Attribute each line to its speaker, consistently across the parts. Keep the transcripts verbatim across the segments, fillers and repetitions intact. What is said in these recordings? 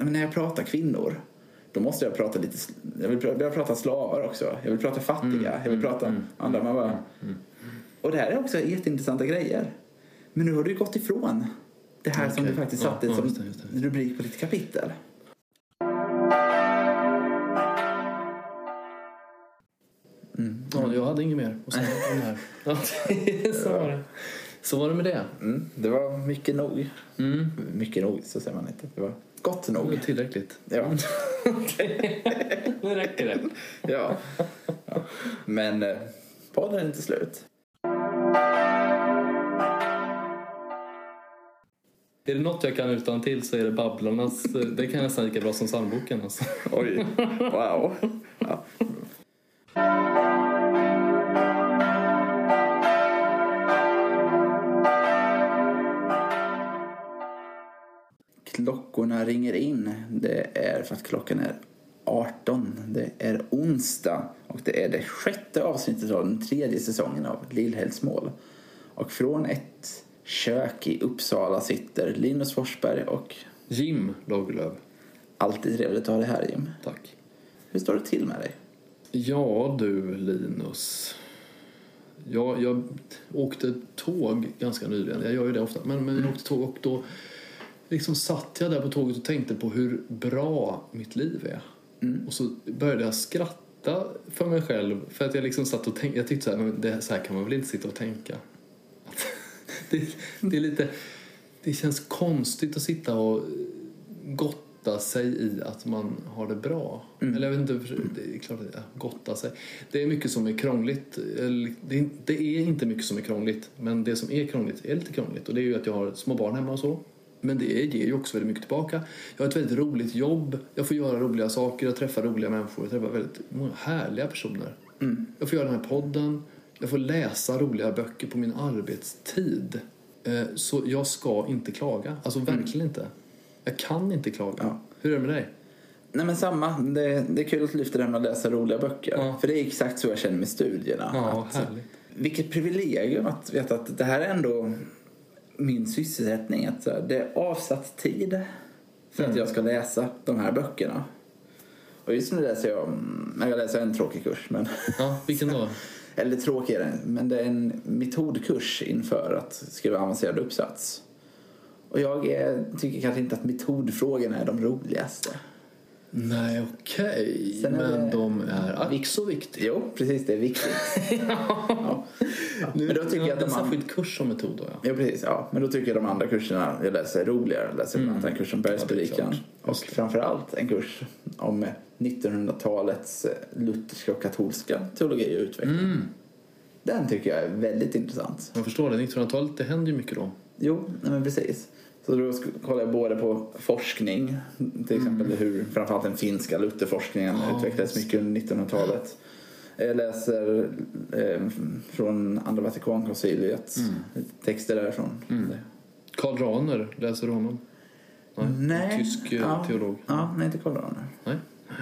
Speaker 1: men när jag pratar kvinnor, då måste jag prata lite, jag vill prata, jag vill prata slavar också, jag vill prata fattiga, mm. jag vill prata mm. andra, man bara, mm. och det här är också jätteintressanta grejer. Men nu har du gått ifrån det här okay. som du faktiskt satte ja, som just det, just det. rubrik på ditt kapitel.
Speaker 2: Mm. Ja, jag hade inget mer att säga om det här. Ja, så var det. Så var det med det.
Speaker 1: Mm. Det var mycket nog. Mm. Mycket nog, så säger man inte. Det var gott nog.
Speaker 2: Det tillräckligt.
Speaker 1: Ja.
Speaker 2: Okej. Nu räcker det.
Speaker 1: Ja. ja. Men eh, podden är inte slut.
Speaker 2: Är det något jag kan utan till så är det Babblarnas. Det kan jag nästan lika bra som Sandboken. Alltså.
Speaker 1: Oj, wow. Ja. Klockorna ringer in. Det är för att klockan är arton. Det är onsdag. Och det är det sjätte avsnittet av den tredje säsongen av Lillhällsmål. Och från ett kök i Uppsala sitter Linus Forsberg och
Speaker 2: Jim Lagerlöf.
Speaker 1: Alltid trevligt att ha dig här, Jim.
Speaker 2: Tack.
Speaker 1: Hur står det till med dig?
Speaker 2: Ja du, Linus. Jag, jag åkte tåg ganska nyligen. Jag gör ju det ofta. Men, men jag åkte tåg och då liksom satt jag där på tåget och tänkte på hur bra mitt liv är. Mm. Och så började jag skratta för mig själv. För att jag liksom satt och tänkte. Jag tyckte så här, men det, så här kan man väl inte sitta och tänka. det, det är lite... Det känns konstigt att sitta och gotta sig i att man har det bra. Mm. Eller jag vet inte, det är klart att ja, gotta sig. Det är mycket som är krångligt. Det är, det är inte mycket som är krångligt. Men det som är krångligt är lite krångligt. Och det är ju att jag har små barn hemma och så. Men det ger ju också väldigt mycket tillbaka. Jag har ett väldigt roligt jobb. Jag får göra roliga saker. Jag träffar roliga människor. Jag träffar väldigt många härliga personer. Mm. Jag får göra den här podden. Jag får läsa roliga böcker på min arbetstid. Så jag ska inte klaga. Alltså verkligen mm. inte. Jag kan inte klaga. Ja. Hur är det med dig?
Speaker 1: Nej men samma. Det, det är kul att lyfta det här med att läsa roliga böcker. Ja. För det är exakt så jag känner med studierna.
Speaker 2: Ja,
Speaker 1: att,
Speaker 2: härligt.
Speaker 1: Vilket privilegium att veta att det här är ändå min sysselsättning. Att det är avsatt tid för mm. att jag ska läsa de här böckerna. Och just nu läser jag, jag läser en tråkig kurs. Men
Speaker 2: ja, vilken då?
Speaker 1: Eller tråkigare, men det är en metodkurs inför att skriva avancerad uppsats. Och jag är, tycker kanske inte att metodfrågorna är de roligaste.
Speaker 2: Nej, okej. Okay. Men det, de är ack så viktiga.
Speaker 1: Jo, precis, det är viktigt. ja. Ja.
Speaker 2: Nu, men då tycker jag att de en särskild kurs som metod då, ja.
Speaker 1: Ja, precis. Ja. Men då tycker jag de andra kurserna jag läser är roligare. Jag läser mm. en kurs om Bergspredikan. Ja, och framförallt en kurs om nittonhundratalets lutherska och katolska teologi och utveckling. Mm. Den tycker jag är väldigt intressant.
Speaker 2: Jag förstår det. nittonhundratalet, det händer ju mycket då.
Speaker 1: Jo, men precis. Så då kollar jag både på forskning, till exempel mm. hur framförallt den finska lutherforskningen oh, utvecklades mycket under nittonhundratalet. Jag läser eh, från Andra Vatikankonciliet mm. texter därifrån. Mm.
Speaker 2: Karl Rahner, läser du honom? Nej,
Speaker 1: nej.
Speaker 2: Tysk
Speaker 1: ja,
Speaker 2: teolog.
Speaker 1: Ja, nej, inte Karl Rahner.
Speaker 2: Nej.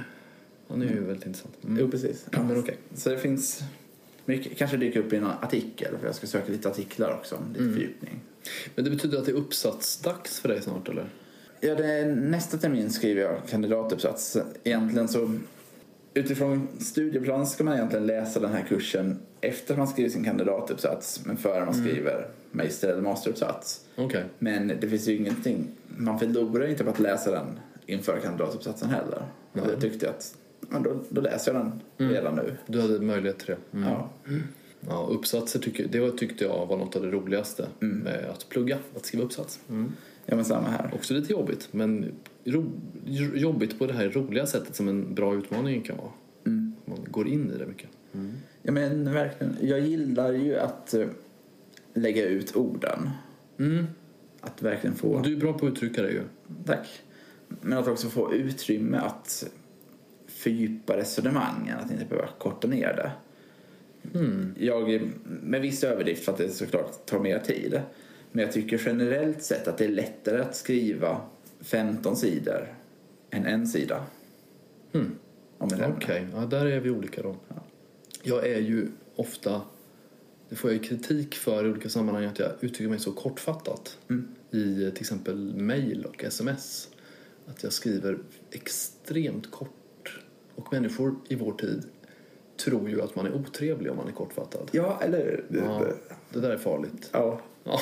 Speaker 2: Han är ju mm. väldigt intressant.
Speaker 1: Mm. Jo, precis. Ja.
Speaker 2: Men okay.
Speaker 1: Så det finns mycket, kanske dyker upp i en artikel, för jag ska söka lite artiklar också, lite mm. fördjupning.
Speaker 2: Men det betyder att det är uppsatsdags för dig snart, eller?
Speaker 1: Ja, det är, nästa termin skriver jag kandidatuppsats. Egentligen så, utifrån studieplan ska man egentligen läsa den här kursen efter man skriver sin kandidatuppsats, men före man skriver mm. magister- eller masteruppsats.
Speaker 2: Okay. Men
Speaker 1: det finns ju ingenting, man förlorar inte på att läsa den inför kandidatuppsatsen heller. Mm. Jag tyckte att ja, då, då läser jag den mm. redan nu.
Speaker 2: Du hade möjlighet till det. Mm.
Speaker 1: Ja.
Speaker 2: Mm. Ja, uppsatser tycker, det tyckte jag var något av det roligaste mm. med att plugga, att skriva uppsats. Mm.
Speaker 1: Ja, men samma här.
Speaker 2: Också lite jobbigt, men ro, jobbigt på det här roliga sättet som en bra utmaning kan vara. Mm. Man går in i det mycket. Mm.
Speaker 1: Ja, men verkligen. Jag gillar ju att lägga ut orden.
Speaker 2: Mm.
Speaker 1: Att verkligen få...
Speaker 2: Du är bra på att uttrycka det ju.
Speaker 1: Tack. Men att också få utrymme att fördjupa resonemangen, att inte behöva korta ner det. Mm. Jag, med viss överdrift för att det såklart tar mer tid, men jag tycker generellt sett att det är lättare att skriva femton sidor än en sida.
Speaker 2: Mm. Okej, okay. Ja, där är vi olika då. Ja. Jag är ju ofta, det får jag ju kritik för i olika sammanhang, att jag uttrycker mig så kortfattat mm. i till exempel mejl och sms. att jag skriver extremt kort. Och människor i vår tid tror ju att man är otrevlig om man är kortfattad.
Speaker 1: Ja, eller...
Speaker 2: Ja, det där är farligt.
Speaker 1: Ja.
Speaker 2: Ja.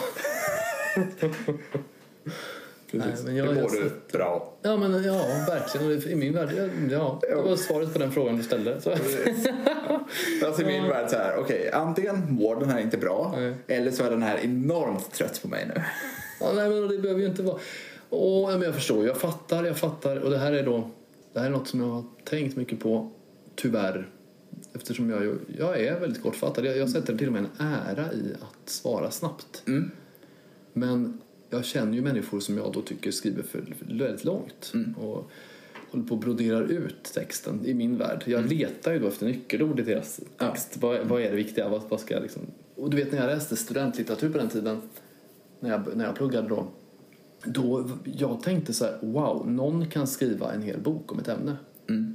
Speaker 2: Nej, men jag,
Speaker 1: det
Speaker 2: jag,
Speaker 1: går du bra.
Speaker 2: Ja, men ja, verkligen. I min värld, ja, det var svaret på den frågan du ställde. Så.
Speaker 1: Alltså i min värld så här, okej, okay, antingen mår den här inte bra, nej. Eller så är den här enormt trött på mig nu.
Speaker 2: Ja, nej, men det behöver ju inte vara. Och, men jag förstår, jag fattar, jag fattar. Och det här är då, det här är något som jag har tänkt mycket på, tyvärr. Eftersom jag, jag är väldigt kortfattad. Jag, jag sätter till och med en ära i att svara snabbt.
Speaker 1: Mm.
Speaker 2: Men jag känner ju människor som jag då tycker skriver för, för väldigt långt. Mm. Och håller på och broderar ut texten i min värld. Jag mm. letar ju då efter nyckelord i deras text. Ja. Vad, vad är det viktiga? Vad, vad ska jag liksom... Och du vet, när jag läste studentlitteratur på den tiden, när jag, när jag pluggade då, då jag tänkte så här, wow, någon kan skriva en hel bok om ett ämne.
Speaker 1: Mm.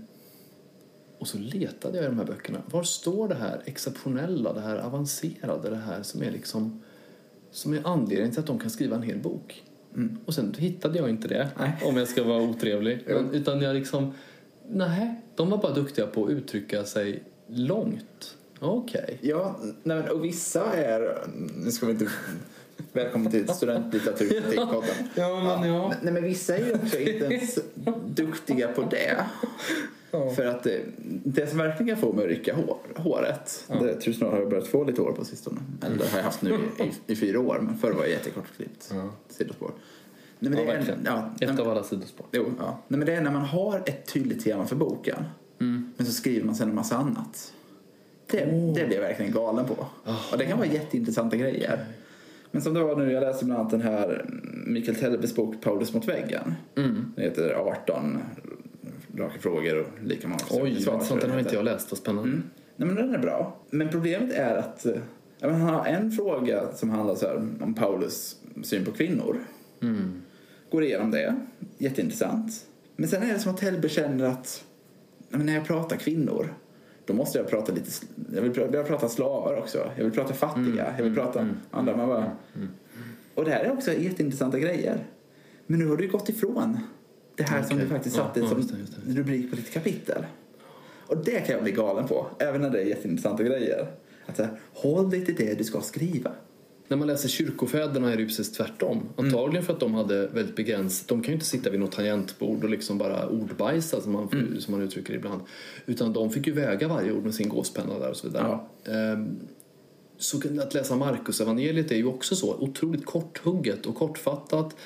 Speaker 2: Och så letade jag i de här böckerna. Var står det här exceptionella, det här avancerade, det här som är liksom... som är anledningen till att de kan skriva en hel bok. Mm. Och sen hittade jag inte det, nej. Om jag ska vara otrevlig. Men, utan jag liksom, nej, de var bara duktiga på att uttrycka sig långt. Okej. Okay.
Speaker 1: Ja, nej, och vissa är, nu ska vi inte, välkommen till studentlitteraturkritikpodden.
Speaker 2: Ja, men ja.
Speaker 1: Nej, men vissa är ju också inte ens duktiga på det. Ja. För att det, det som verkligen får mig att rycka hår, håret, ja. Det tror jag har jag börjat få lite hår på sistone. Eller det har jag haft nu i, i, i fyra år, men förr var jag jättekortklippt. Ja. Sidospår. Nej, men
Speaker 2: ja,
Speaker 1: det är, ja,
Speaker 2: ett av alla sidospår.
Speaker 1: Jo, ja. Nej, men det är när man har ett tydligt tema för boken, mm. men så skriver man sen en massa annat. Det, oh. det blir jag verkligen galen på. Oh. Och det kan vara jätteintressanta grejer. Okay. Men som det var nu, jag läste bland annat den här Mikael Tellbes bok Paulus mot väggen. Mm. Den heter arton raka frågor och lika många
Speaker 2: Oj, svar, sånt har inte jag läst, vad spännande. Mm.
Speaker 1: Nej, men den är bra. Men problemet är att jag menar, han har en fråga som handlar så här, om Paulus syn på kvinnor. Mm. Går igenom det. Jätteintressant. Men sen är det som att Tellbe känner att när jag pratar kvinnor, då måste jag prata lite, jag vill, jag vill prata slavar också. Jag vill prata fattiga. Mm. Jag vill prata mm. andra. Man bara, mm. Mm. Och det här är också jätteintressanta grejer. Men nu har du gått ifrån det här okay. som du faktiskt satte ja, som just det, just det. Rubrik på ditt kapitel. Och det kan jag bli galen på. Även när det är jätteintressanta grejer. Att så här, håll dig till det du ska skriva.
Speaker 2: När man läser kyrkofäderna är det precis tvärtom. Antagligen mm. för att de hade väldigt begränsat. De kan ju inte sitta vid något tangentbord och liksom bara ordbajsa som man, mm. som man uttrycker ibland. Utan de fick ju väga varje ord med sin gåspenna där och så vidare. Ja. Ehm, så att läsa Markus evangeliet är ju också så otroligt korthugget och kortfattat.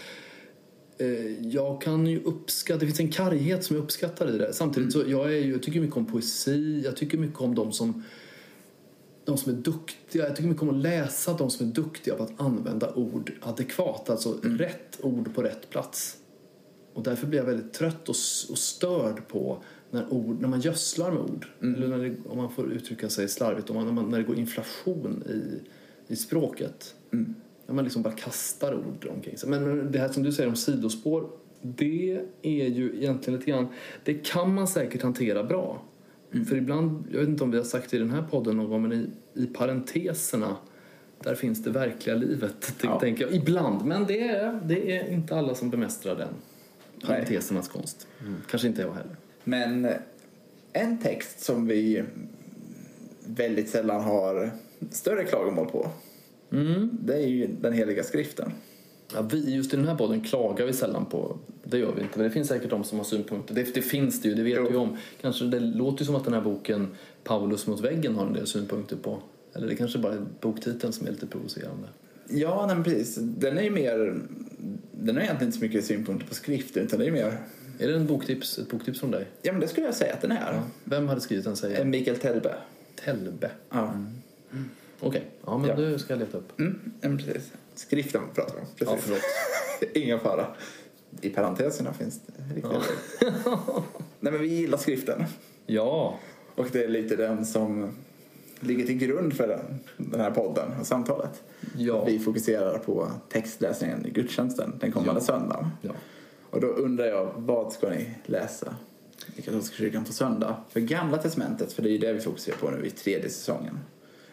Speaker 2: Jag kan ju uppskatta, det finns en karghet som jag uppskattar i det. Samtidigt så jag, är ju, jag tycker mycket om poesi, jag tycker mycket om de som, de som är duktiga. Jag tycker mycket om att läsa de som är duktiga på att använda ord adekvat. Alltså mm. rätt ord på rätt plats. Och därför blir jag väldigt trött och, och störd på när, ord, när man gödslar med ord. Mm. Eller när det, om man får uttrycka sig slarvigt, om man, när, man, när det går inflation i, i språket. Mm. När man liksom bara kastar ord omkring sig. Men det här som du säger om sidospår, det är ju egentligen lite grann, det kan man säkert hantera bra. Mm. För ibland, jag vet inte om vi har sagt i den här podden någon gång, men i, i parenteserna, där finns det verkliga livet, ja. Tänker jag. Ibland, men det är, det är inte alla som bemästrar den parentesernas Nej. Konst. Mm. Kanske inte jag heller.
Speaker 1: Men en text som vi väldigt sällan har större klagomål på, Mm. det är ju den heliga skriften.
Speaker 2: Ja, vi, just i den här podden klagar vi sällan på. Det gör vi inte, men det finns säkert de som har synpunkter. Det, det finns det ju, det vet jo. vi om. Kanske det låter ju som att den här boken Paulus mot väggen har en del synpunkter på. Eller det kanske bara är boktiteln som är lite provocerande.
Speaker 1: Ja, men precis. Den är ju mer, den har egentligen inte så mycket synpunkter på skriften, utan det är mer...
Speaker 2: Är det en boktips, ett boktips från dig?
Speaker 1: Ja, men det skulle jag säga att den är. Ja.
Speaker 2: Vem hade skrivit den, säger jag?
Speaker 1: Mikael Tellbe.
Speaker 2: Tellbe?
Speaker 1: Ja. Mm.
Speaker 2: Mm. Okej, okay. Ja, men ja. Du ska jag leta upp.
Speaker 1: Mm, ja, precis. Skriften pratar vi om. Precis.
Speaker 2: Ja, förlåt.
Speaker 1: Ingen fara. I parenteserna finns det riktigt. Ja. Nej, men vi gillar skriften.
Speaker 2: Ja.
Speaker 1: Och det är lite den som ligger till grund för den, den här podden och samtalet.
Speaker 2: Ja.
Speaker 1: Vi fokuserar på textläsningen i gudstjänsten den kommande ja. söndag.
Speaker 2: Ja.
Speaker 1: Och då undrar jag, vad ska ni läsa i katolska kyrkan på söndag? För Gamla testamentet, för det är ju det vi fokuserar på nu i tredje säsongen.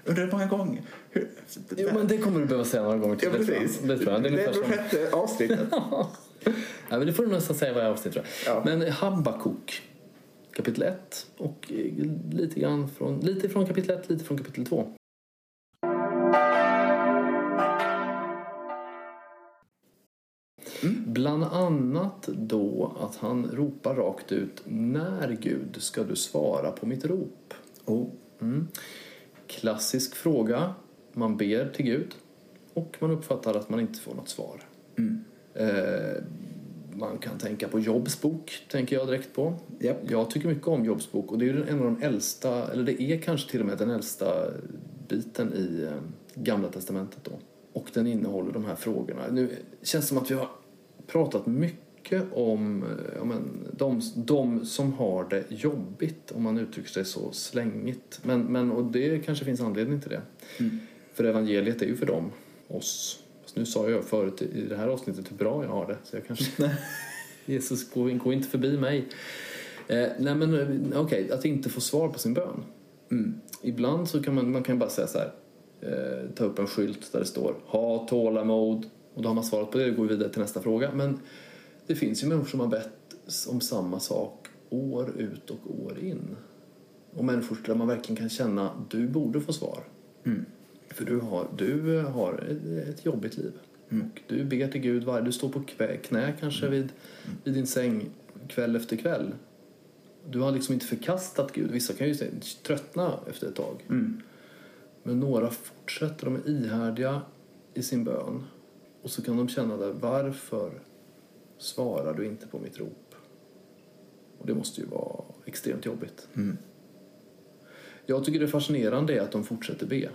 Speaker 1: Undrar hur många gånger? Hur...
Speaker 2: Jo, men det kommer du behöva säga några gånger till.
Speaker 1: Ja, precis.
Speaker 2: Det tror jag. Det är,
Speaker 1: det är
Speaker 2: som...
Speaker 1: sjätte avsnittet.
Speaker 2: Ja, men det får du nästan säga vad jag avsnitt, tror jag.
Speaker 1: Ja.
Speaker 2: Men Habakuk, kapitel ett. Och lite grann från, lite från kapitel ett, lite från kapitel två. Mm. Bland annat då att han ropar rakt ut: när Gud ska du svara på mitt rop?
Speaker 1: Oh.
Speaker 2: Mm. Klassisk fråga. Man ber till Gud och man uppfattar att man inte får något svar.
Speaker 1: Mm.
Speaker 2: Eh, man kan tänka på Jobs bok, tänker jag direkt på.
Speaker 1: Yep.
Speaker 2: Jag tycker mycket om Jobs bok, och det är en av de äldsta, eller det är kanske till och med den äldsta biten i eh, Gamla testamentet då. Och den innehåller de här frågorna. Nu känns det som att vi har pratat mycket om ja, men, de, de som har det jobbigt, om man uttrycker sig så slängigt. Men, men, och det kanske finns anledning till det. Mm. För evangeliet är ju för dem, oss. Fast nu sa jag förut i det här avsnittet hur bra jag har det. Så jag kanske... Jesus, gå, gå inte förbi mig. Eh, nej men okej, okay, att inte få svar på sin bön. Mm. Ibland så kan man, man kan bara säga så här. Eh, ta upp en skylt där det står ha tålamod, och då har man svarat på det och går vidare till nästa fråga. Men det finns ju människor som har bett om samma sak år ut och år in, och människor där man verkligen kan känna du borde få svar. Mm. För du har, du har ett, ett jobbigt liv. Mm. Och du ber till Gud varje, du står på knä, knä kanske mm. vid, vid din säng kväll efter kväll. Du har liksom inte förkastat Gud. Vissa kan ju tröttna efter ett tag. Mm. Men några fortsätter, de är ihärdiga i sin bön. Och så kan de känna där, varför svarar du inte på mitt rop? Och det måste ju vara extremt jobbigt. Mm. Jag tycker det är fascinerande att de fortsätter be.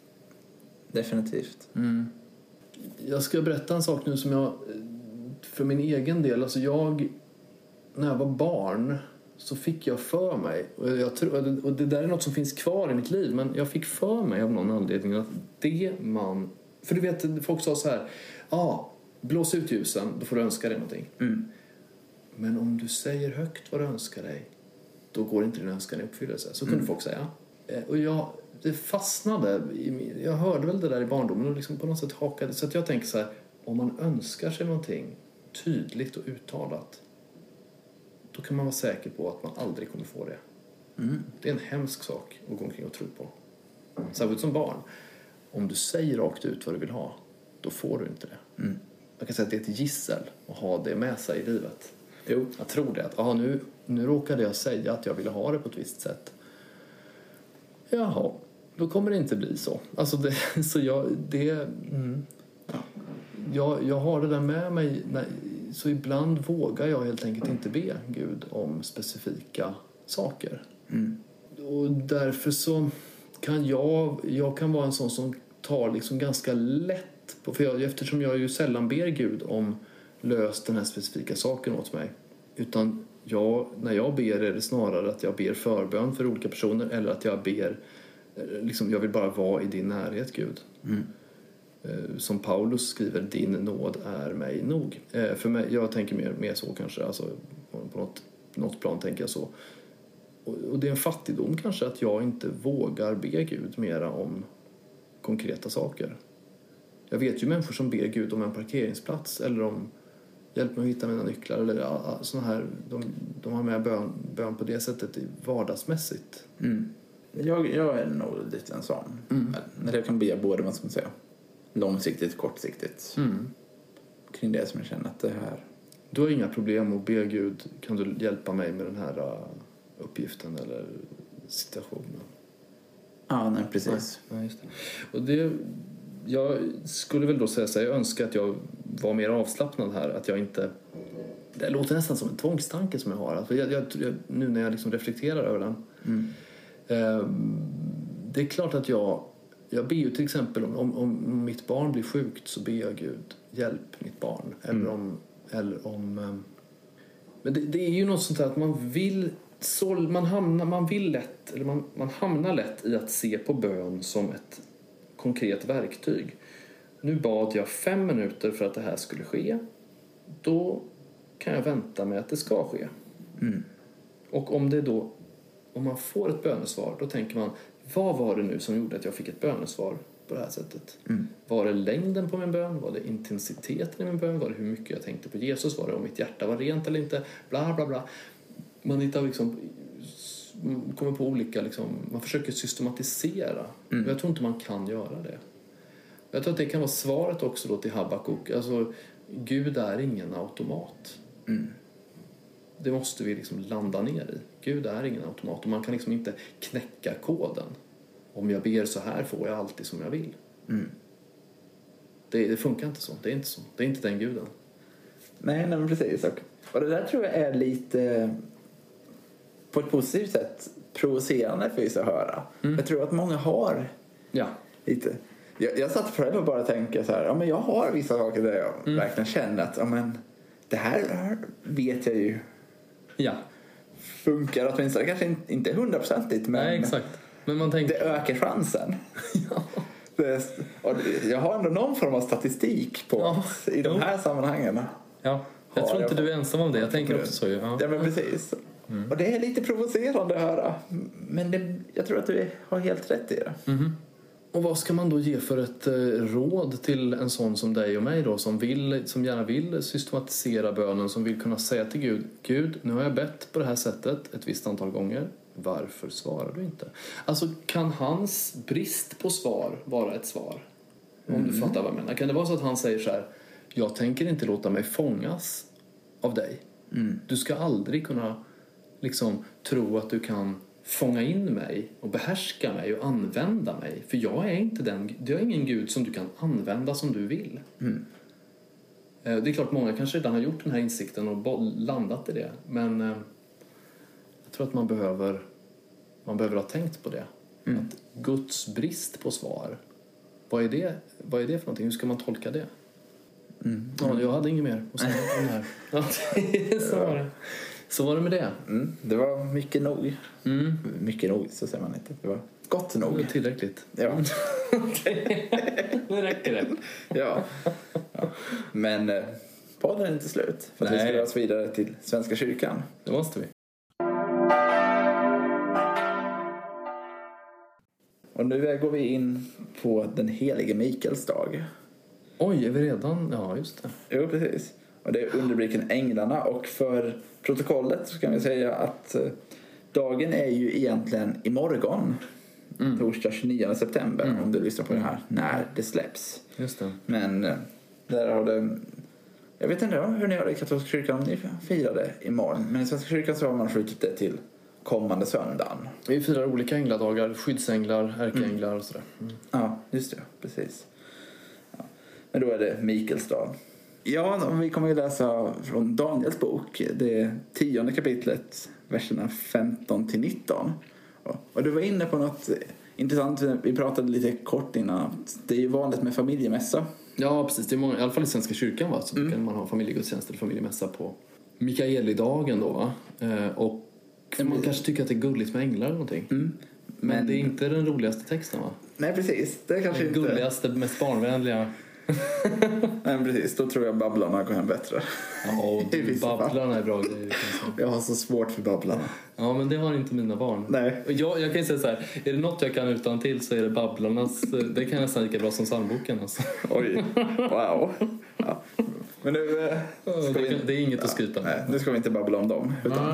Speaker 1: Definitivt.
Speaker 2: Mm. Jag ska berätta en sak nu som jag, för min egen del, alltså jag, när jag var barn så fick jag för mig, och, jag tror, och det där är något som finns kvar i mitt liv, men jag fick för mig av någon anledning att det man, för du vet, folk sa så här, ja, ah, blås ut ljusen, då får du önska dig någonting. Mm. Men om du säger högt vad du önskar dig, då går inte din önskan i uppfyllelse. Så kunde mm. folk säga. Och jag, det fastnade, jag hörde väl det där i barndomen och liksom på något sätt hakade. Så att jag tänker så här, om man önskar sig någonting tydligt och uttalat, då kan man vara säker på att man aldrig kommer få det. Mm. Det är en hemsk sak att gå omkring och tro på. Särskilt som barn. Om du säger rakt ut vad du vill ha, då får du inte det. Mm. Jag kan säga att det är ett gissel att ha det med sig i livet. Jo. Jag tror det. Att, aha, nu, nu råkade jag säga att jag ville ha det på ett visst sätt. Jaha, då kommer det inte bli så. Alltså det, så jag, det, mm. ja. jag, jag har det där med mig. Nej, så ibland vågar jag helt enkelt inte be Gud om specifika saker. Mm. Och därför så kan jag, jag kan vara en sån som tar liksom ganska lätt på, för jag, eftersom jag ju sällan ber Gud om lös den här specifika saken åt mig. Utan jag, när jag ber är det snarare att jag ber förbön för olika personer, eller att jag ber, liksom, jag vill bara vara i din närhet, Gud. Mm. Som Paulus skriver, din nåd är mig nog. För mig, jag tänker mer, mer så kanske, alltså, på något, något plan tänker jag så. Och, och det är en fattigdom kanske att jag inte vågar be Gud mera om konkreta saker. Jag vet ju människor som ber Gud om en parkeringsplats, eller om hjälp mig att hitta mina nycklar, eller ja, såna här, de, de har med bön, bön på det sättet vardagsmässigt.
Speaker 1: Mm. Jag, jag är nog lite en sån. Mm. När jag kan be både, vad ska man säga, långsiktigt, kortsiktigt. Mm. Kring det som jag känner att det här...
Speaker 2: Du har inga problem att be Gud, kan du hjälpa mig med den här uppgiften eller situationen?
Speaker 1: Ja, nej, precis.
Speaker 2: Nej, just det. Och det, jag skulle väl då säga så här, jag önskar att jag var mer avslappnad här, att jag inte... Det låter nästan som en tvångstanke som jag har. Alltså jag, jag, jag, nu när jag liksom reflekterar över den. Mm. Eh, det är klart att jag... Jag ber ju till exempel om, om, om mitt barn blir sjukt, så ber jag Gud, hjälp mitt barn. Eller mm. om... Eller om eh, men det, det är ju något sånt här att man vill... Så man, hamnar, man vill lätt, eller man, man hamnar lätt i att se på bön som ett konkret verktyg. Nu bad jag fem minuter för att det här skulle ske. Då kan jag vänta med att det ska ske. Mm. Och om det då, om man får ett bönesvar, då tänker man, vad var det nu som gjorde att jag fick ett bönesvar på det här sättet? Mm. Var det längden på min bön? Var det intensiteten i min bön? Var det hur mycket jag tänkte på Jesus? Var det om mitt hjärta var rent eller inte? Bla bla bla. Man hittar liksom, kommer på olika liksom, man försöker systematisera. Mm. Jag tror inte man kan göra det. Jag tror att det kan vara svaret också då till Habakuk. Alltså, Gud är ingen automat. Mm. Det måste vi liksom landa ner i. Gud är ingen automat och man kan liksom inte knäcka koden. Om jag ber så här får jag alltid som jag vill. Mm. Det, det funkar inte så. Det är inte så. Det är inte den guden.
Speaker 1: Nej, nej men precis. Och det där tror jag är lite på ett positivt sätt provocerande för vissa att höra. Mm. Jag tror att många har
Speaker 2: ja.
Speaker 1: lite... Jag, jag satt själv och bara tänkte så här, ja men jag har vissa saker där jag mm. verkligen känner att ja men det här vet jag ju.
Speaker 2: Ja.
Speaker 1: Funkar åtminstone kanske inte hundraprocentigt men
Speaker 2: nej, exakt. Men man tänker...
Speaker 1: det ökar chansen.
Speaker 2: ja.
Speaker 1: det, och jag har ändå någon form av statistik på ja. i de här sammanhangen.
Speaker 2: Ja. Jag tror inte jag... du är ensam om det. Jag tänker också så. Ja,
Speaker 1: ja men precis. Mm. Och det är lite provocerande att höra. Men det, jag tror att du har helt rätt i det.
Speaker 2: Mm. Och vad ska man då ge för ett eh, råd till en sån som dig och mig då som, vill, som gärna vill systematisera bönen, som vill kunna säga till Gud, Gud, nu har jag bett på det här sättet ett visst antal gånger. Varför svarar du inte? Alltså kan hans brist på svar vara ett svar? Om mm. du fattar vad jag menar. Kan det vara så att han säger så här, jag tänker inte låta mig fångas av dig. Mm. Du ska aldrig kunna liksom tro att du kan fånga in mig och behärska mig och använda mig. För jag är inte den, det är ingen Gud som du kan använda som du vill. Mm. Det är klart många kanske redan har gjort den här insikten och landat i det. Men jag tror att man behöver man behöver ha tänkt på det. Mm. Att Guds brist på svar, vad är det, vad är det för någonting? Hur ska man tolka det? Mm. Ja, jag hade inget mer att säga om det här. Så var det. Så var det med det.
Speaker 1: Mm, det var mycket nog. Mm. Mycket nog, så säger man inte. Det var gott nog.
Speaker 2: Det var tillräckligt.
Speaker 1: Ja.
Speaker 2: Nu räcker det.
Speaker 1: Ja. ja. Men eh, podden är inte slut. För att vi ska röra oss vidare till Svenska kyrkan.
Speaker 2: Det måste vi.
Speaker 1: Och nu går vi in på den helige Mikaels dag.
Speaker 2: Oj, är vi redan? Ja, just det.
Speaker 1: Jo, precis. Och det är underrubriken Änglarna. Och för protokollet så kan vi säga att dagen är ju egentligen imorgon. Mm. Torsdag tjugonionde september. Mm. Om du lyssnar på det här när det släpps.
Speaker 2: Just det.
Speaker 1: Men där har det... Jag vet inte hur ni har det i katolska kyrkan. Ni firar det imorgon. Men i Svenska kyrkan så har man skjutit det till kommande söndagen.
Speaker 2: Vi firar olika ängladagar. Skyddsänglar, ärkeänglar och sådär. Mm.
Speaker 1: Ja, just det. Precis. Ja. Men då är det Mikaels dag. Ja, vi kommer att läsa från Daniels bok. Det är tionde kapitlet, verserna femton till nitton. Och du var inne på något intressant. Vi pratade lite kort innan. Det är ju vanligt med familjemässa.
Speaker 2: Ja, precis. Det är många, i alla fall i Svenska kyrkan va? Så mm. kan man ha familjegudstjänst eller familjemässa på Mikaelidagen då va? Eh, och man mm. kanske tycker att det är gulligt med änglar eller någonting. Mm. Men, Men det är inte den roligaste texten va?
Speaker 1: Nej, precis. Det är kanske
Speaker 2: den
Speaker 1: inte...
Speaker 2: gulligaste, mest barnvänliga...
Speaker 1: Nej, precis. Då tror jag Babblarna går hem bättre.
Speaker 2: Ja, och Babblarna är bra grejer.
Speaker 1: Jag har så svårt för Babblarna.
Speaker 2: Ja, men det har inte mina barn.
Speaker 1: Nej.
Speaker 2: Jag, jag kan ju säga så här, är det något jag kan utan till så är det Babblarnas. Det kan nästan lika bra som psalmboken alltså.
Speaker 1: Oj, wow. Ja. Men nu ska
Speaker 2: det,
Speaker 1: vi...
Speaker 2: det är inget att skryta med.
Speaker 1: Nej, nu ska vi inte babbla om dem. Utan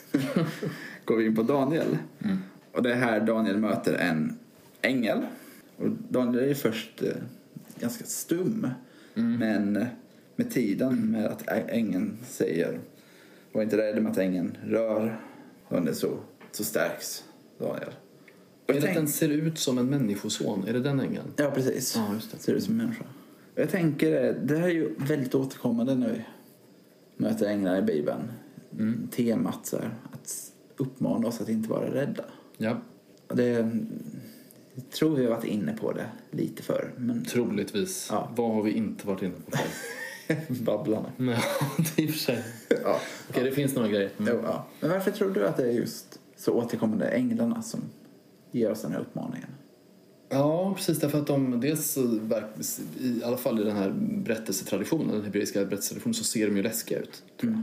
Speaker 1: går vi in på Daniel. Mm. Och det är här Daniel möter en ängel. Och Daniel är ju först... ganska stum. Mm. Men med tiden med att ängeln säger var inte rädd med att ängeln rör under så, så stärks Daniel.
Speaker 2: Och är det tänk... att den ser ut som en människoson? Är det den ängeln?
Speaker 1: Ja, precis.
Speaker 2: Ja, just det.
Speaker 1: Ser ut som en människa. Och jag tänker, det här är ju väldigt återkommande nu. Möter änglar i Bibeln. Mm. Temat så här, att uppmana oss att inte vara rädda.
Speaker 2: Ja.
Speaker 1: Och det... Jag tror vi har varit inne på det lite för. Men...
Speaker 2: Troligtvis. Ja. Vad har vi inte varit inne på för?
Speaker 1: Babblarna.
Speaker 2: Ja, det är i och för sig. Ja. Okej, det finns några grejer. Mm.
Speaker 1: Jo, ja. Men varför tror du att det är just så återkommande änglarna som ger oss den här uppmaningen?
Speaker 2: Ja, precis därför att de dels i alla fall i den här berättelsetraditionen, den hebreiska berättelsetraditionen, så ser de ju läskiga ut. Mm.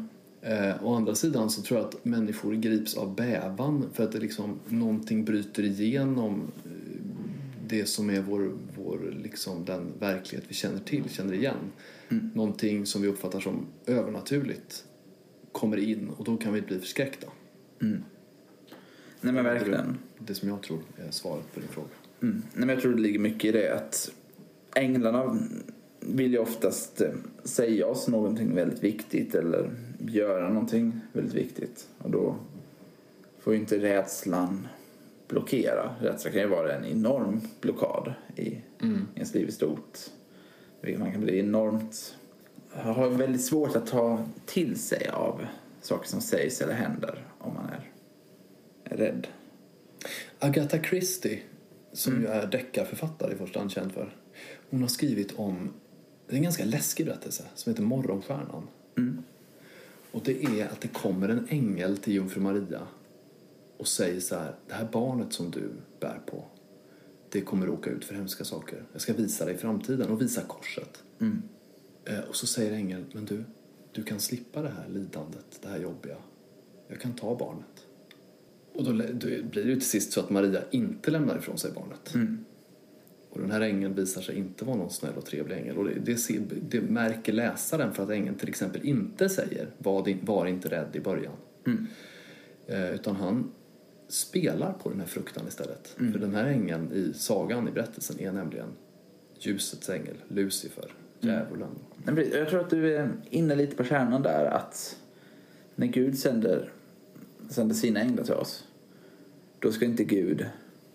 Speaker 2: Eh, å andra sidan så tror jag att människor grips av bävan för att det liksom, någonting bryter igenom det som är vår, vår liksom, den verklighet vi känner till, känner igen. Mm. Någonting som vi uppfattar som övernaturligt kommer in och då kan vi bli förskräckta.
Speaker 1: Mm. Nej men verkligen.
Speaker 2: Det, det som jag tror är svaret på din fråga.
Speaker 1: Mm. Nej, men jag tror det ligger mycket i det att änglarna vill ju oftast säga oss någonting väldigt viktigt eller göra någonting väldigt viktigt. Och då får ju inte rädslan blockera. Rädslan kan ju vara en enorm blockad i mm. ens liv i stort. Man kan bli enormt... har väldigt svårt att ta till sig av saker som sägs eller händer om man är, är rädd.
Speaker 2: Agatha Christie, som
Speaker 1: mm.
Speaker 2: ju är deckarförfattare i första hand känd för, hon har skrivit om, det är en ganska läskig berättelse som heter Morgonstjärnan. Mm. Och det är att det kommer en ängel till jungfru Maria och säger så här: det här barnet som du bär på, det kommer åka ut för hemska saker. Jag ska visa dig framtiden och visa korset. Mm. Eh, och så säger ängeln: men du, du kan slippa det här lidandet, det här jobbiga. Jag kan ta barnet. Och då, då blir det ju till sist så att Maria inte lämnar ifrån sig barnet. Mm. Och den här ängeln visar sig inte vara någon snäll och trevlig ängel. Och det, det, ser, det märker läsaren för att ängeln till exempel inte säger var, var inte rädd i början. Mm. Eh, utan han spelar på den här fruktan istället. Mm. För den här ängeln i sagan, i berättelsen, är nämligen ljusets ängel, Lucifer, djävulen.
Speaker 1: Mm. Jag tror att du är inne lite på kärnan där, att när Gud sänder, sänder sina änglar till oss, då ska inte Gud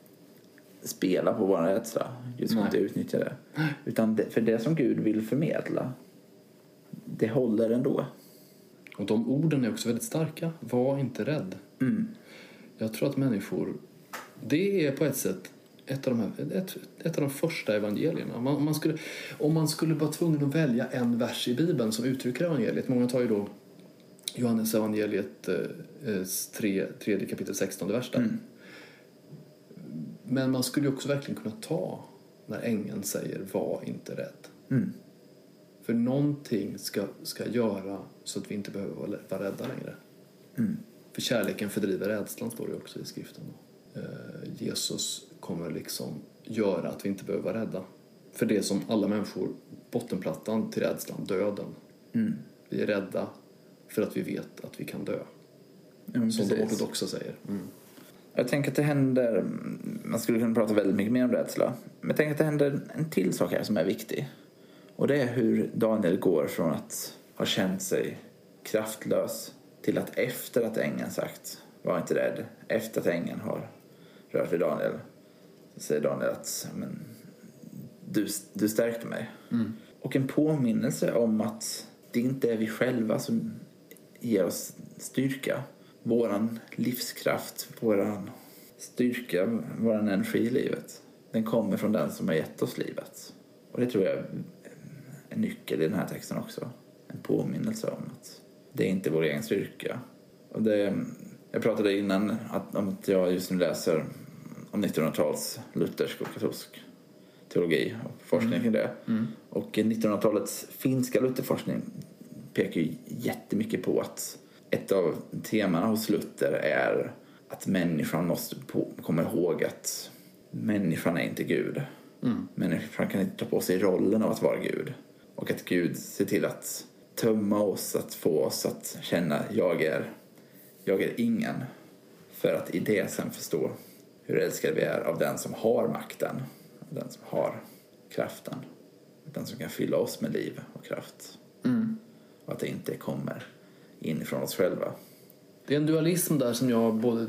Speaker 1: spela på vår rädsla. Gud ska Nej. inte utnyttja det. Utan det, för det som Gud vill förmedla, det håller ändå.
Speaker 2: Och de orden är också väldigt starka. Var inte rädd. Mm. Jag tror att människor, det är på ett sätt ett av de, här, ett, ett av de första evangelierna. Man, man skulle, om man skulle vara tvungen att välja en vers i Bibeln som uttrycker evangeliet. Många tar ju då Johannes evangeliet eh, tre, tredje kapitel sextonde vers där. Mm. Men man skulle också verkligen kunna ta när ängeln säger var inte rädd. Mm. För någonting ska, ska göra så att vi inte behöver vara, vara rädda längre. Mm. För kärleken fördriver rädslan, står det också i skriften. Eh, Jesus kommer liksom göra att vi inte behöver vara rädda. För det som alla människor, bottenplattan till rädslan, döden. Mm. Vi är rädda för att vi vet att vi kan dö. Ja, som de ortodoxa säger. Mm.
Speaker 1: Jag tänker att det händer, man skulle kunna prata väldigt mycket mer om rädsla, men jag tänker att det händer en till sak här som är viktig. Och det är hur Daniel går från att ha känt sig kraftlös till att efter att ängeln sagt var inte rädd, efter att ängeln har rört vid Daniel, så säger Daniel att men, du, du stärkte mig. Mm. Och en påminnelse om att det inte är vi själva som ger oss styrka. Våran livskraft, våran styrka, våran energi i livet, den kommer från den som har gett oss livet. Och det tror jag är en nyckel i den här texten också. En påminnelse om att det är inte vår egen styrka. Och det, jag pratade innan att, om att jag just nu läser om nittonhundratals luthersk och katolsk teologi och forskning mm. kring det. Mm. Och nittonhundratalets finska lutherforskning pekar ju jättemycket på att ett av temana hos Luther är att människan måste på, komma ihåg att människan är inte Gud. Mm. Människan kan inte ta på sig rollen av att vara Gud. Och att Gud ser till att tömma oss, att få oss att känna jag är, jag är ingen. För att i det sen förstå hur älskade vi är av den som har makten. Den som har kraften. Den som kan fylla oss med liv och kraft. Mm. Och att det inte kommer inifrån oss själva.
Speaker 2: Det är en dualism där som jag både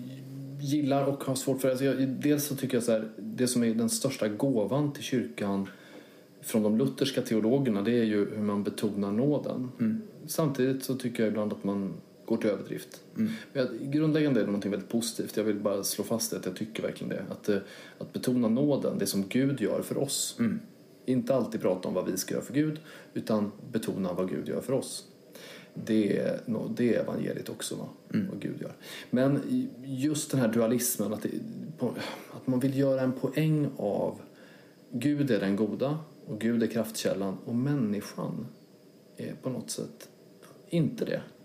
Speaker 2: gillar och har svårt för. Alltså jag, dels så tycker jag så här, det som är den största gåvan till kyrkan från de lutherska teologerna, det är ju hur man betonar nåden. Mm. Samtidigt så tycker jag ibland att man går till överdrift. Mm. Men grundläggande är det något väldigt positivt. Jag vill bara slå fast att jag tycker verkligen det. Att, att betona nåden, det som Gud gör för oss. Mm. Inte alltid prata om vad vi ska göra för Gud, utan betona vad Gud gör för oss. Det är, det är evangeliet också, va? Mm. Vad Gud gör. Men just den här dualismen, att, det, att man vill göra en poäng av Gud är den goda och Gud är kraftkällan och människan är på något sätt inte det.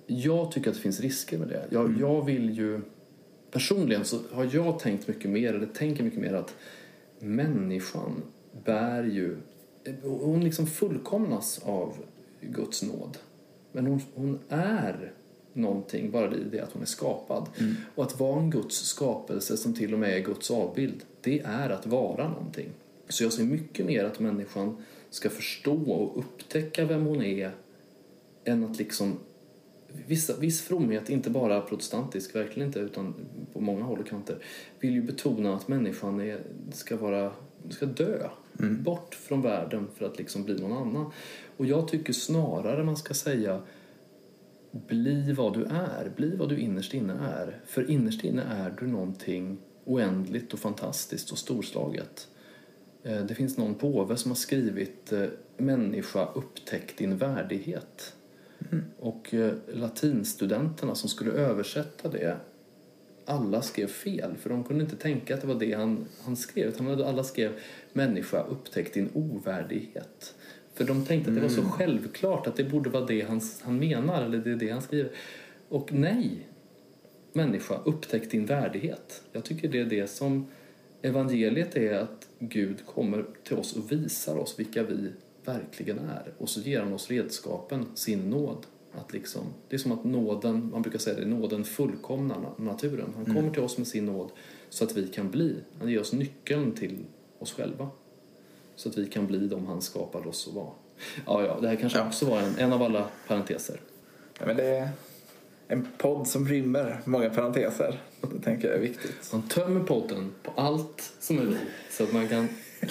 Speaker 2: jag tycker att det finns risker med det. Jag,
Speaker 1: Mm.
Speaker 2: jag vill ju... Personligen så har jag tänkt mycket mer, eller tänker mycket mer att människan bär ju... Hon liksom fullkomnas av Guds nåd. Men hon, hon är någonting bara i det att hon är skapad.
Speaker 1: Mm.
Speaker 2: Och att vara en Guds skapelse som till och med är Guds avbild, det är att vara någonting. Så jag ser mycket mer att människan ska förstå och upptäcka vem hon är än att liksom... Vissa, viss fromhet, inte bara protestantisk, verkligen inte, utan på många håll och kanter, vill ju betona att människan är, ska, vara, ska dö.
Speaker 1: Mm.
Speaker 2: Bort från världen för att liksom bli någon annan. Och jag tycker snarare man ska säga bli vad du är. Bli vad du innerst inne är. För innerst inne är du någonting oändligt och fantastiskt och storslaget. Det finns någon påve som har skrivit människa, upptäck din värdighet. Mm. Och latinstudenterna som skulle översätta det, alla skrev fel, för de kunde inte tänka att det var det han, han skrev. Han hade, alla skrev människa, upptäck din ovärdighet. För de tänkte att det var så självklart att det borde vara det han, han menar, eller det är det han skriver. Och nej, människa, upptäck din värdighet. Jag tycker det är det som evangeliet är, att Gud kommer till oss och visar oss vilka vi verkligen är. Och så ger han oss redskapen, sin nåd. Att liksom, det är som att nåden, man brukar säga det, nåden fullkomnar naturen. Han kommer mm. till oss med sin nåd så att vi kan bli. Han ger oss nyckeln till oss själva. Så att vi kan bli de han skapade oss att vara. Ja, ja, det här kanske ja. också var en, en av alla parenteser.
Speaker 1: Ja, men det är en podd som rymmer många parenteser. Det tänker jag är viktigt.
Speaker 2: Man tömmer podden på allt som är vi. Så att man kan...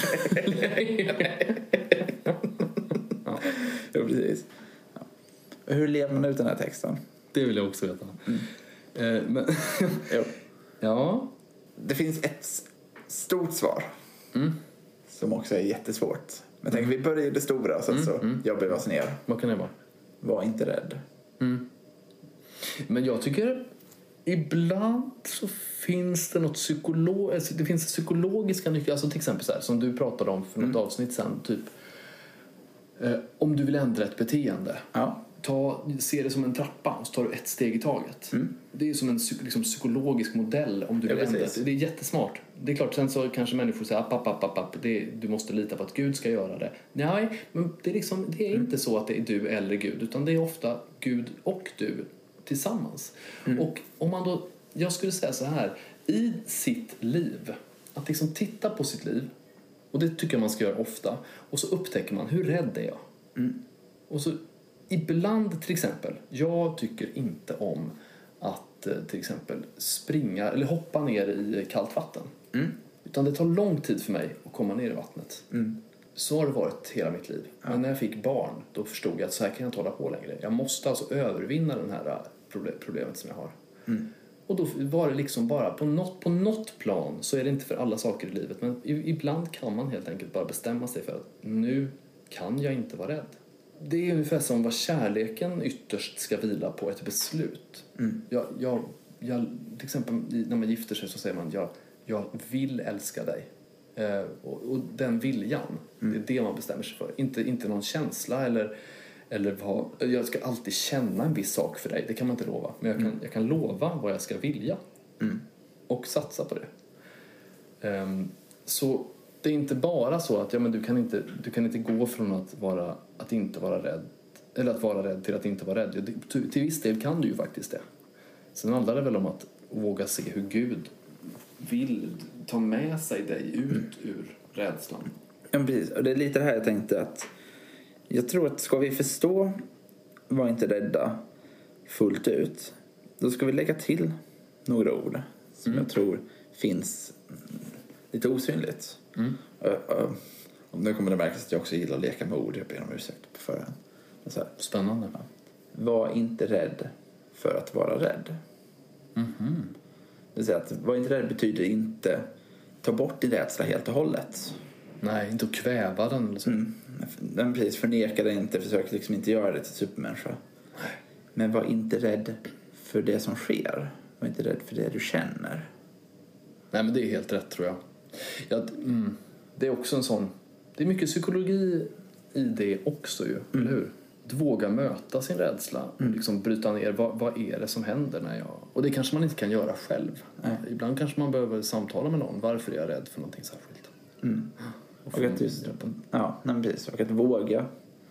Speaker 1: ja. Jo, precis. Ja. Hur lever man ut den här texten?
Speaker 2: Det vill jag också veta. Mm. Eh, men...
Speaker 1: jo.
Speaker 2: Ja.
Speaker 1: Det finns ett stort svar.
Speaker 2: Mm.
Speaker 1: Som också är jättesvårt. Men tänk, vi börjar i det stora och sen mm. så mm. jobbar vi oss ner.
Speaker 2: Vad kan det vara?
Speaker 1: Var inte rädd.
Speaker 2: Mm. Men jag tycker ibland så finns det något psykologiskt, det finns psykologiska nyckeln, alltså till exempel så här, som du pratade om för något mm. avsnitt sen, typ eh, om du vill ändra ett beteende,
Speaker 1: ja.
Speaker 2: ta, se det som en trappa och så tar du ett steg i taget. Mm. Det är som en liksom, psykologisk modell om du vill ja, ändra. Det är jättesmart. Det är klart, sen så kanske människor säger app, app, app, app, app. Det, du måste lita på att Gud ska göra det. Nej, men det är, liksom, det är mm. inte så att det är du eller Gud, utan det är ofta Gud och du tillsammans. Mm. Och om man då, jag skulle säga så här, i sitt liv, att liksom titta på sitt liv, och det tycker jag man ska göra ofta, och så upptäcker man, hur rädd är jag? Mm. Och så ibland till exempel, jag tycker inte om att till exempel springa eller hoppa ner i kallt vatten. Mm. Utan det tar lång tid för mig att komma ner i vattnet. Mm. Så har det varit hela mitt liv. Ja. Men när jag fick barn, då förstod jag att så här kan jag inte hålla på längre. Jag måste alltså övervinna den här problemet som jag har. Mm. Och då var det liksom bara, på något, på något plan så är det inte för alla saker i livet. Men ibland kan man helt enkelt bara bestämma sig för att nu kan jag inte vara rädd. Det är ungefär som vad kärleken ytterst ska vila på, ett beslut. Mm. Jag, jag, jag, till exempel när man gifter sig så säger man jag, jag vill älska dig. Eh, och, och den viljan, mm. det är det man bestämmer sig för. Inte, inte någon känsla eller, eller vad, jag ska alltid känna en viss sak för dig. Det kan man inte lova. Men jag kan, mm. jag kan lova vad jag ska vilja. Mm. Och satsa på det. Um, så det är inte bara så att ja, men du, kan inte, du kan inte gå från att, vara, att inte vara rädd, eller att vara rädd till att inte vara rädd. Till, till viss del kan du ju faktiskt det. Sen handlar det väl om att våga se hur Gud vill ta med sig dig ut mm. ur rädslan.
Speaker 1: Ja, precis. Och det är lite det här jag tänkte att jag tror att ska vi förstå var inte rädda fullt ut, då ska vi lägga till några ord som mm. jag tror finns lite osynligt. Mm. Uh, uh, nu kommer det märkas att jag också gillar att leka med ord. Jag ber om ursäkt på förhand. Så här.
Speaker 2: Spännande.
Speaker 1: Ja. Var inte rädd för att vara rädd.
Speaker 2: Mm-hmm.
Speaker 1: Det vill säga att var inte rädd betyder inte ta bort din rädsla helt och hållet.
Speaker 2: Nej, inte att kväva den eller så.
Speaker 1: Mm. Den precis, förneka det inte, försök liksom inte göra det till supermänniska.
Speaker 2: Nej.
Speaker 1: Men var inte rädd för det som sker. Var inte rädd för det du känner.
Speaker 2: Nej, men det är helt rätt tror jag. Ja, mm, det är också en sån, det är mycket psykologi i det också ju, mm. eller hur? Att våga möta sin rädsla och
Speaker 1: Mm.
Speaker 2: liksom bryta ner vad, vad är det som händer när jag... Och det kanske man inte kan göra själv.
Speaker 1: Nej.
Speaker 2: Ibland kanske man behöver samtala med någon. Varför är jag rädd för någonting särskilt?
Speaker 1: Mm.
Speaker 2: Och
Speaker 1: Och
Speaker 2: få
Speaker 1: att, just,
Speaker 2: hjälp.
Speaker 1: ja, nej, men precis. Och att våga,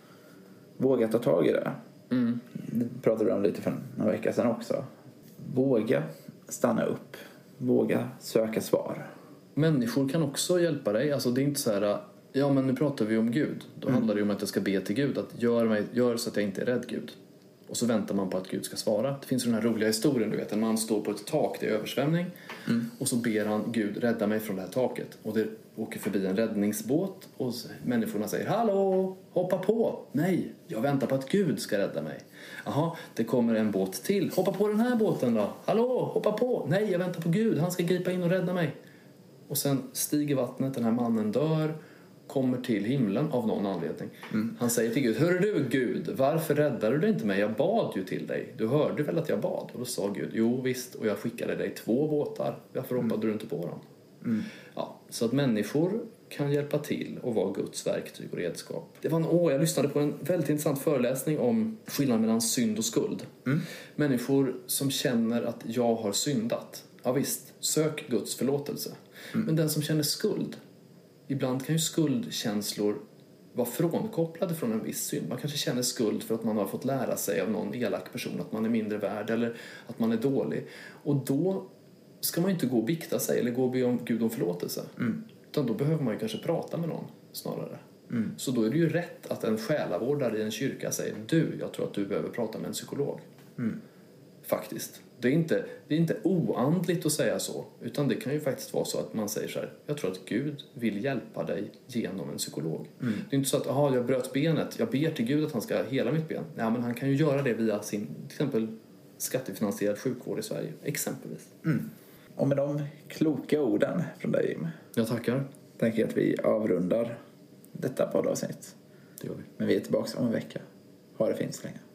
Speaker 1: våga ta tag i det.
Speaker 2: Mm.
Speaker 1: Det pratade vi om lite för några veckor sedan också. Våga stanna upp. Våga söka svar.
Speaker 2: Människor kan också hjälpa dig. Alltså det är inte så här, ja men nu pratar vi om Gud. Då
Speaker 1: Mm.
Speaker 2: handlar det ju om att jag ska be till Gud. Att gör, mig, gör så att jag inte är rädd Gud. Och så väntar man på att Gud ska svara. Det finns ju den här roliga historien, du vet. En man står på ett tak, det är översvämning.
Speaker 1: Mm.
Speaker 2: Och så ber han Gud rädda mig från det här taket. Och det åker förbi en räddningsbåt. Och människorna säger, hallå, hoppa på. Nej, jag väntar på att Gud ska rädda mig. Jaha, det kommer en båt till. Hoppa på den här båten då. Hallå, hoppa på. Nej, jag väntar på Gud. Han ska gripa in och rädda mig. Och sen stiger vattnet, den här mannen dör, kommer till himlen av någon anledning. Mm. Han säger till Gud, hör du Gud, varför räddade du inte mig? Jag bad ju till dig. Du hörde väl att jag bad? Och då sa Gud, jo visst, och jag skickade dig två båtar. Varför hoppade mm. du inte på dem? Mm. Ja, så att människor kan hjälpa till och vara Guds verktyg och redskap. Det var en år, jag lyssnade på en väldigt intressant föreläsning om skillnaden mellan synd och skuld. Mm. Människor som känner att jag har syndat. Ja visst, sök Guds förlåtelse. Mm. Men den som känner skuld, ibland kan ju skuldkänslor vara frånkopplade från en viss synd. Man kanske känner skuld för att man har fått lära sig av någon elak person att man är mindre värd eller att man är dålig. Och då ska man ju inte gå och bikta sig eller gå och be om Gud om förlåtelse. Mm. Utan då behöver man ju kanske prata med någon snarare. Mm. Så då är det ju rätt att en själavårdare i en kyrka säger, du, jag tror att du behöver prata med en psykolog. Mm. Faktiskt. Det är, inte, det är inte oandligt att säga så, utan det kan ju faktiskt vara så att man säger så här, jag tror att Gud vill hjälpa dig genom en psykolog. Mm. Det är inte så att, aha, jag bröt benet, jag ber till Gud att han ska hela mitt ben. Ja, men han kan ju göra det via sin, till exempel, skattefinansierad sjukvård i Sverige, exempelvis.
Speaker 1: Mm. Och med de kloka orden från dig, Jim,
Speaker 2: jag tackar.
Speaker 1: Tänker jag att vi avrundar detta poddavsnitt.
Speaker 2: Det gör vi.
Speaker 1: Men vi är tillbaka om en vecka. Ha det fint så länge.